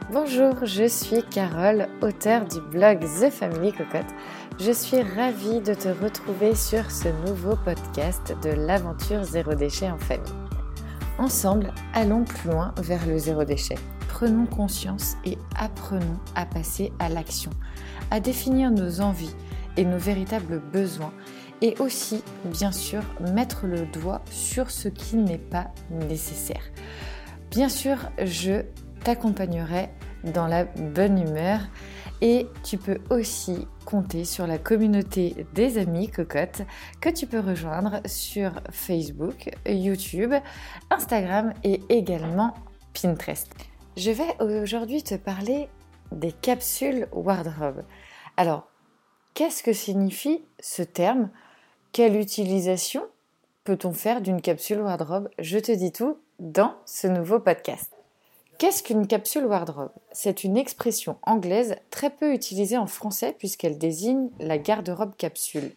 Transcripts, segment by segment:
Bonjour, je suis Carole, auteure du blog The Family Cocotte. Je suis ravie de te retrouver sur ce nouveau podcast de l'aventure zéro déchet en famille. Ensemble, allons plus loin vers le zéro déchet. Prenons conscience et apprenons à passer à l'action, à définir nos envies et nos véritables besoins et aussi, bien sûr, mettre le doigt sur ce qui n'est pas nécessaire. Bien sûr, je t'accompagnerai dans la bonne humeur et tu peux aussi compter sur la communauté des amis cocottes que tu peux rejoindre sur Facebook, YouTube, Instagram et également Pinterest. Je vais aujourd'hui te parler des capsules wardrobe. Alors, qu'est-ce que signifie ce terme ? Quelle utilisation peut-on faire d'une capsule wardrobe ? Je te dis tout dans ce nouveau podcast. Qu'est-ce qu'une capsule wardrobe ? C'est une expression anglaise très peu utilisée en français puisqu'elle désigne la garde-robe capsule.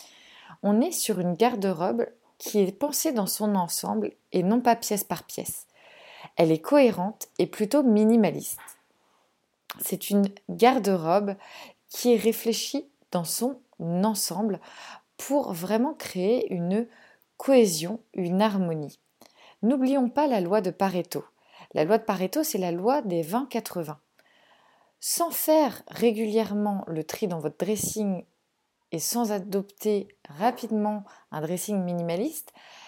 On est sur une garde-robe qui est pensée dans son ensemble et non pas pièce par pièce. Elle est cohérente et plutôt minimaliste. C'est une garde-robe qui est réfléchie dans son ensemble pour vraiment créer une cohésion, une harmonie. N'oublions pas la loi de Pareto. La loi de Pareto, c'est la loi des 20-80. Sans faire régulièrement le tri dans votre dressing et sans adopter rapidement un dressing minimaliste,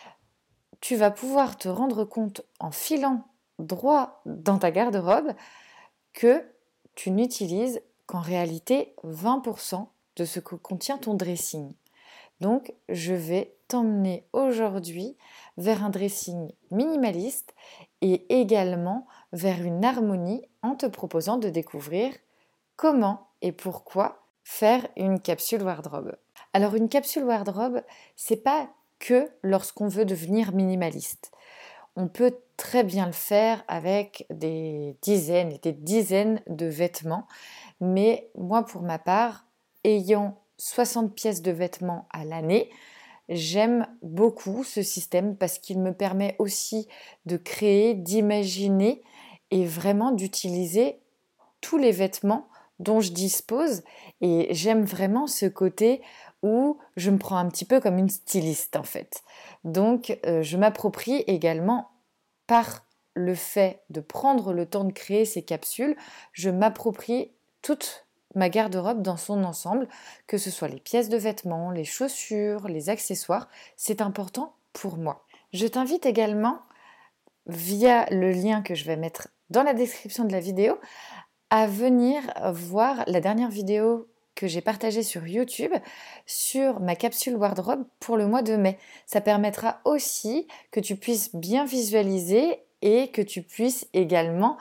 tu vas pouvoir te rendre compte en filant droit dans ta garde-robe que tu n'utilises qu'en réalité 20% de ce que contient ton dressing. Donc, je vais t'emmener aujourd'hui vers un dressing minimaliste et également vers une harmonie en te proposant de découvrir comment et pourquoi faire une capsule wardrobe. Alors, une capsule wardrobe, c'est pas que lorsqu'on veut devenir minimaliste. On peut très bien le faire avec des dizaines et des dizaines de vêtements, mais moi, pour ma part, ayant 60 pièces de vêtements à l'année, j'aime beaucoup ce système parce qu'il me permet aussi de créer, d'imaginer et vraiment d'utiliser tous les vêtements dont je dispose. Et j'aime vraiment ce côté où je me prends un petit peu comme une styliste en fait. Donc je m'approprie également par le fait de prendre le temps de créer ces capsules, je m'approprie toute ma garde-robe dans son ensemble, que ce soit les pièces de vêtements, les chaussures, les accessoires, c'est important pour moi. Je t'invite également, via le lien que je vais mettre dans la description de la vidéo, à venir voir la dernière vidéo que j'ai partagée sur YouTube sur ma capsule wardrobe pour le mois de mai. Ça permettra aussi que tu puisses bien visualiser et que tu puisses également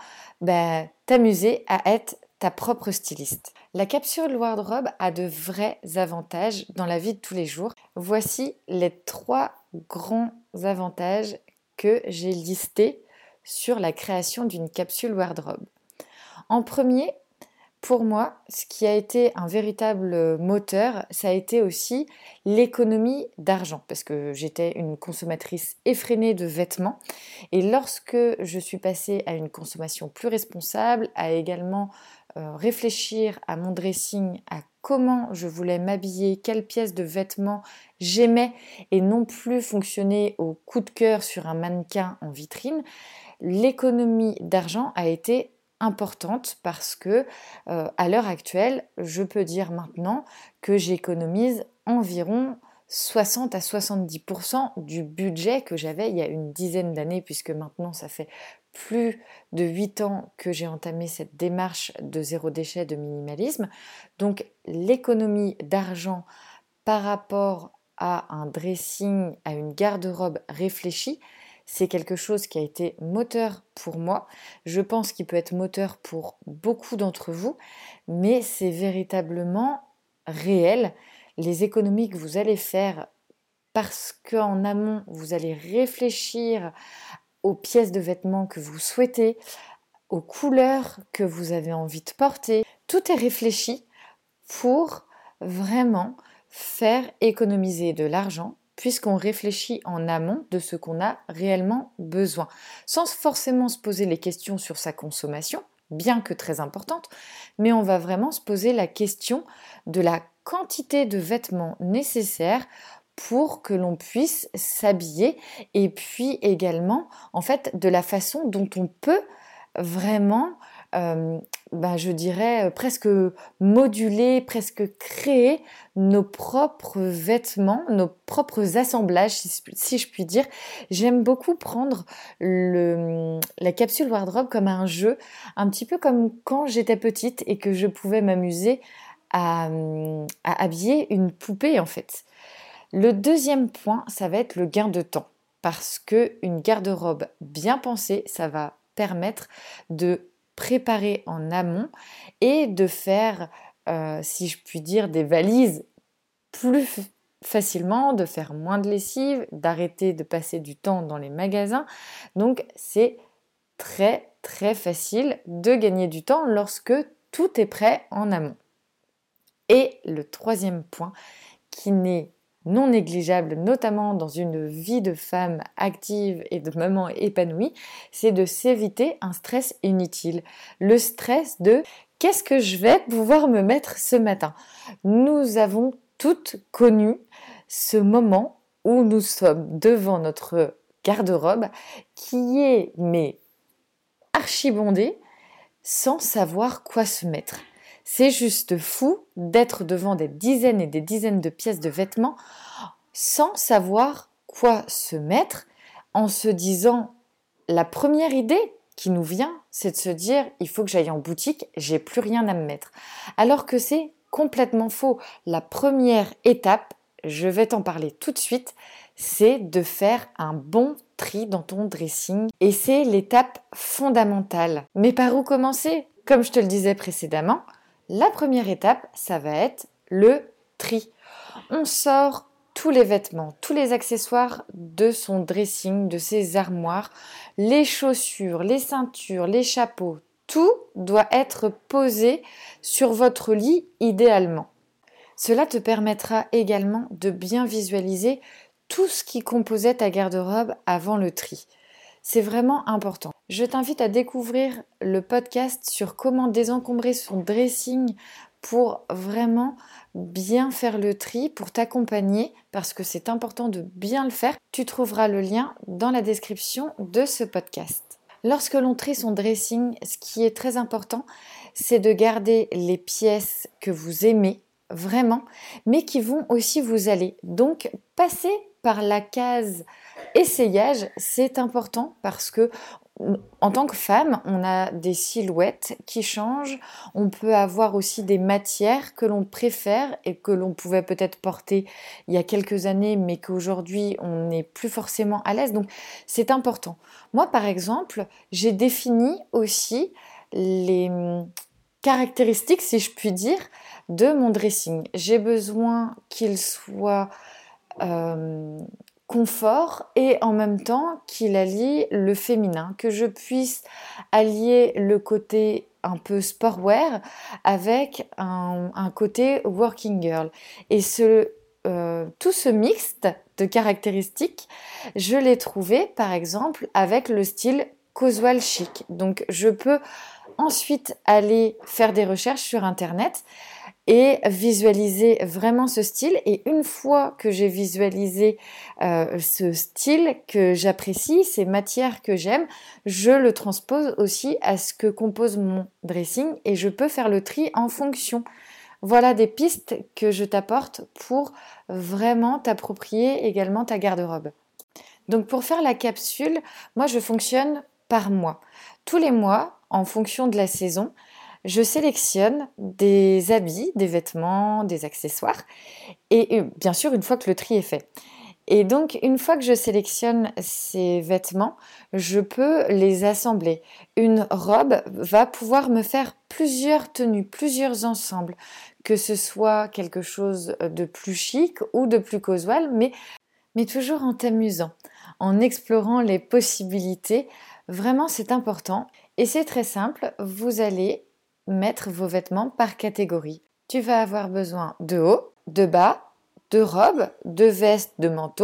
t'amuser à être ta propre styliste. La capsule wardrobe a de vrais avantages dans la vie de tous les jours. Voici les 3 grands avantages que j'ai listés sur la création d'une capsule wardrobe. En premier, pour moi, ce qui a été un véritable moteur, ça a été aussi l'économie d'argent, parce que j'étais une consommatrice effrénée de vêtements. Et lorsque je suis passée à une consommation plus responsable, à également réfléchir à mon dressing, à comment je voulais m'habiller, quelles pièces de vêtements j'aimais, et non plus fonctionner au coup de cœur sur un mannequin en vitrine, l'économie d'argent a été importante parce que à l'heure actuelle, je peux dire maintenant que j'économise environ 60 à 70% du budget que j'avais il y a une dizaine d'années, puisque maintenant ça fait plus de 8 ans que j'ai entamé cette démarche de zéro déchet, de minimalisme. Donc l'économie d'argent par rapport à un dressing, à une garde-robe réfléchie, c'est quelque chose qui a été moteur pour moi. Je pense qu'il peut être moteur pour beaucoup d'entre vous, mais c'est véritablement réel. Les économies que vous allez faire parce qu'en amont, vous allez réfléchir aux pièces de vêtements que vous souhaitez, aux couleurs que vous avez envie de porter. Tout est réfléchi pour vraiment faire économiser de l'argent puisqu'on réfléchit en amont de ce qu'on a réellement besoin, sans forcément se poser les questions sur sa consommation, bien que très importante, mais on va vraiment se poser la question de la quantité de vêtements nécessaires pour que l'on puisse s'habiller et puis également en fait de la façon dont on peut vraiment je dirais presque moduler, presque créer nos propres vêtements, nos propres assemblages si je puis dire. J'aime beaucoup prendre la capsule wardrobe comme un jeu, un petit peu comme quand j'étais petite et que je pouvais m'amuser à habiller une poupée en fait. Le deuxième point, ça va être le gain de temps parce qu'une garde-robe bien pensée, ça va permettre de préparer en amont et de faire, si je puis dire, des valises plus facilement, de faire moins de lessive, d'arrêter de passer du temps dans les magasins. Donc c'est très très facile de gagner du temps lorsque tout est prêt en amont. Et le troisième point qui n'est non négligeable, notamment dans une vie de femme active et de maman épanouie, c'est de s'éviter un stress inutile. Le stress de « qu'est-ce que je vais pouvoir me mettre ce matin ?» Nous avons toutes connu ce moment où nous sommes devant notre garde-robe qui est archibondée sans savoir quoi se mettre. C'est juste fou d'être devant des dizaines et des dizaines de pièces de vêtements sans savoir quoi se mettre, en se disant, la première idée qui nous vient, c'est de se dire, il faut que j'aille en boutique, j'ai plus rien à me mettre. Alors que c'est complètement faux. La première étape, je vais t'en parler tout de suite, c'est de faire un bon tri dans ton dressing. Et c'est l'étape fondamentale. Mais par où commencer ? Comme je te le disais précédemment, la première étape, ça va être le tri. On sort tous les vêtements, tous les accessoires de son dressing, de ses armoires, les chaussures, les ceintures, les chapeaux, tout doit être posé sur votre lit idéalement. Cela te permettra également de bien visualiser tout ce qui composait ta garde-robe avant le tri. C'est vraiment important. Je t'invite à découvrir le podcast sur comment désencombrer son dressing pour vraiment bien faire le tri, pour t'accompagner, parce que c'est important de bien le faire. Tu trouveras le lien dans la description de ce podcast. Lorsque l'on trie son dressing, ce qui est très important, c'est de garder les pièces que vous aimez vraiment, mais qui vont aussi vous aller. Donc, passer par la case essayage, c'est important parce que en tant que femme, on a des silhouettes qui changent, on peut avoir aussi des matières que l'on préfère et que l'on pouvait peut-être porter il y a quelques années, mais qu'aujourd'hui on n'est plus forcément à l'aise, donc c'est important. Moi par exemple, j'ai défini aussi les caractéristiques, si je puis dire, de mon dressing. J'ai besoin qu'il soit confort et en même temps qu'il allie le féminin, que je puisse allier le côté un peu sportwear avec un côté working girl. Et tout ce mixte de caractéristiques, je l'ai trouvé par exemple avec le style casual chic. Donc je peux ensuite aller faire des recherches sur internet et visualiser vraiment ce style. Et une fois que j'ai visualisé ce style que j'apprécie, ces matières que j'aime, je le transpose aussi à ce que compose mon dressing et je peux faire le tri en fonction. Voilà des pistes que je t'apporte pour vraiment t'approprier également ta garde-robe. Donc pour faire la capsule, moi je fonctionne par mois. Tous les mois, en fonction de la saison, je sélectionne des habits, des vêtements, des accessoires et bien sûr une fois que le tri est fait. Et donc une fois que je sélectionne ces vêtements, je peux les assembler. Une robe va pouvoir me faire plusieurs tenues, plusieurs ensembles, que ce soit quelque chose de plus chic ou de plus casual, mais toujours en t'amusant, en explorant les possibilités. Vraiment c'est important et c'est très simple, vous allez mettre vos vêtements par catégorie. Tu vas avoir besoin de haut, de bas, de robe, de veste, de manteau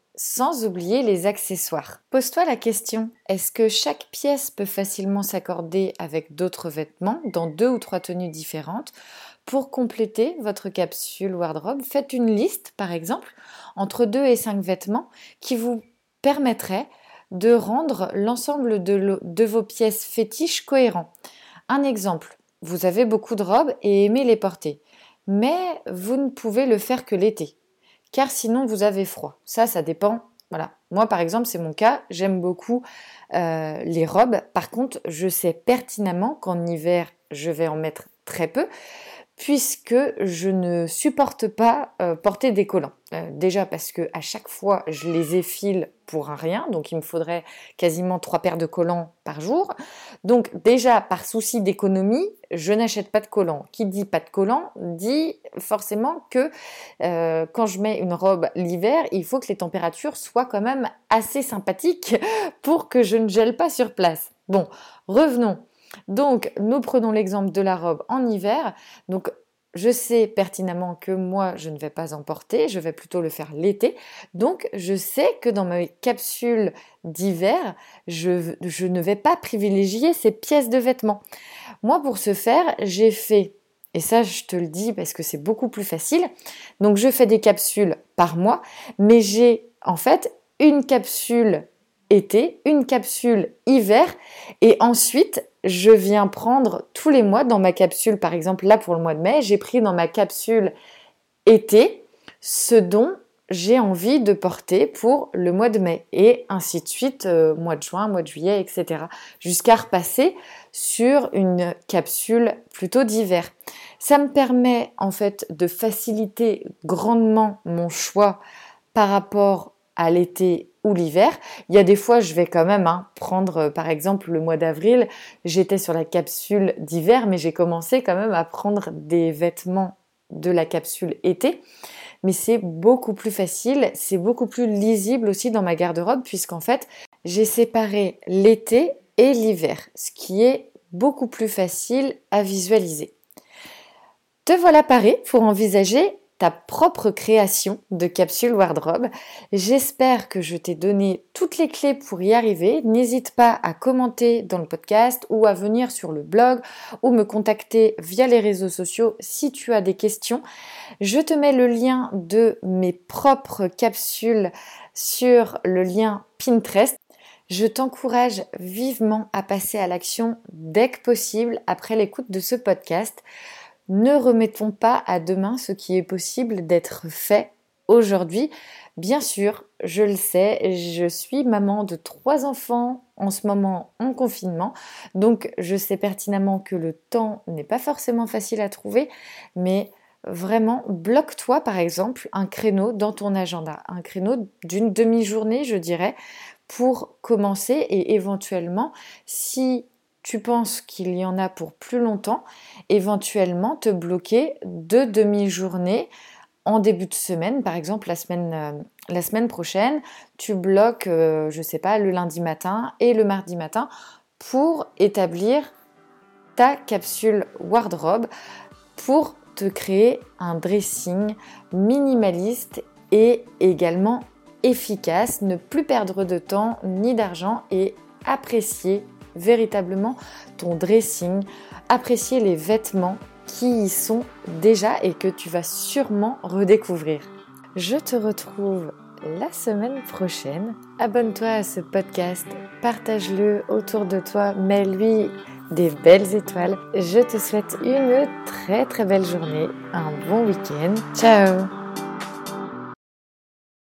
sans oublier les accessoires. Pose-toi la question, est-ce que chaque pièce peut facilement s'accorder avec d'autres vêtements dans 2 ou 3 tenues différentes? Pour compléter votre capsule wardrobe, faites une liste, par exemple, entre 2 et 5 vêtements qui vous permettraient de rendre l'ensemble de vos pièces fétiches cohérents. Un exemple, vous avez beaucoup de robes et aimez les porter, mais vous ne pouvez le faire que l'été, car sinon vous avez froid. Ça dépend. Voilà. Moi, par exemple, c'est mon cas. J'aime beaucoup les robes. Par contre, je sais pertinemment qu'en hiver, je vais en mettre très peu, puisque je ne supporte pas porter des collants. Déjà parce que à chaque fois, je les effile pour un rien, donc il me faudrait quasiment 3 paires de collants par jour. Donc déjà, par souci d'économie, je n'achète pas de collants. Qui dit pas de collants dit forcément que quand je mets une robe l'hiver, il faut que les températures soient quand même assez sympathiques pour que je ne gèle pas sur place. Bon, revenons. Donc, nous prenons l'exemple de la robe en hiver. Donc, je sais pertinemment que moi, je ne vais pas en porter, je vais plutôt le faire l'été. Donc, je sais que dans mes capsules d'hiver, je ne vais pas privilégier ces pièces de vêtements. Moi, pour ce faire, j'ai fait, et ça, je te le dis parce que c'est beaucoup plus facile. Donc, je fais des capsules par mois, mais j'ai en fait une capsule été, une capsule hiver, et ensuite je viens prendre tous les mois dans ma capsule, par exemple là pour le mois de mai, j'ai pris dans ma capsule été ce dont j'ai envie de porter pour le mois de mai, et ainsi de suite, mois de juin, mois de juillet, etc. jusqu'à repasser sur une capsule plutôt d'hiver. Ça me permet en fait de faciliter grandement mon choix par rapport à l'été ou l'hiver. Il y a des fois, je vais quand même prendre, par exemple, le mois d'avril, j'étais sur la capsule d'hiver, mais j'ai commencé quand même à prendre des vêtements de la capsule été. Mais c'est beaucoup plus facile, c'est beaucoup plus lisible aussi dans ma garde-robe, puisqu'en fait, j'ai séparé l'été et l'hiver, ce qui est beaucoup plus facile à visualiser. Te voilà paré pour envisager ta propre création de capsule wardrobe. J'espère que je t'ai donné toutes les clés pour y arriver. N'hésite pas à commenter dans le podcast ou à venir sur le blog ou me contacter via les réseaux sociaux si tu as des questions. Je te mets le lien de mes propres capsules sur le lien Pinterest. Je t'encourage vivement à passer à l'action dès que possible après l'écoute de ce podcast. Ne remettons pas à demain ce qui est possible d'être fait aujourd'hui. Bien sûr, je le sais, je suis maman de 3 enfants en ce moment en confinement, donc je sais pertinemment que le temps n'est pas forcément facile à trouver, mais vraiment, bloque-toi par exemple un créneau dans ton agenda, un créneau d'une demi-journée, je dirais, pour commencer, et éventuellement, si tu penses qu'il y en a pour plus longtemps, éventuellement te bloquer 2 demi-journées en début de semaine. Par exemple, la semaine prochaine, tu bloques, je sais pas, le lundi matin et le mardi matin pour établir ta capsule wardrobe, pour te créer un dressing minimaliste et également efficace, ne plus perdre de temps ni d'argent et apprécier véritablement ton dressing, apprécier les vêtements qui y sont déjà et que tu vas sûrement redécouvrir. Je te retrouve la semaine prochaine. Abonne-toi à ce podcast, partage-le autour de toi, mets-lui des belles étoiles. Je te souhaite une très très belle journée, un bon week-end. Ciao!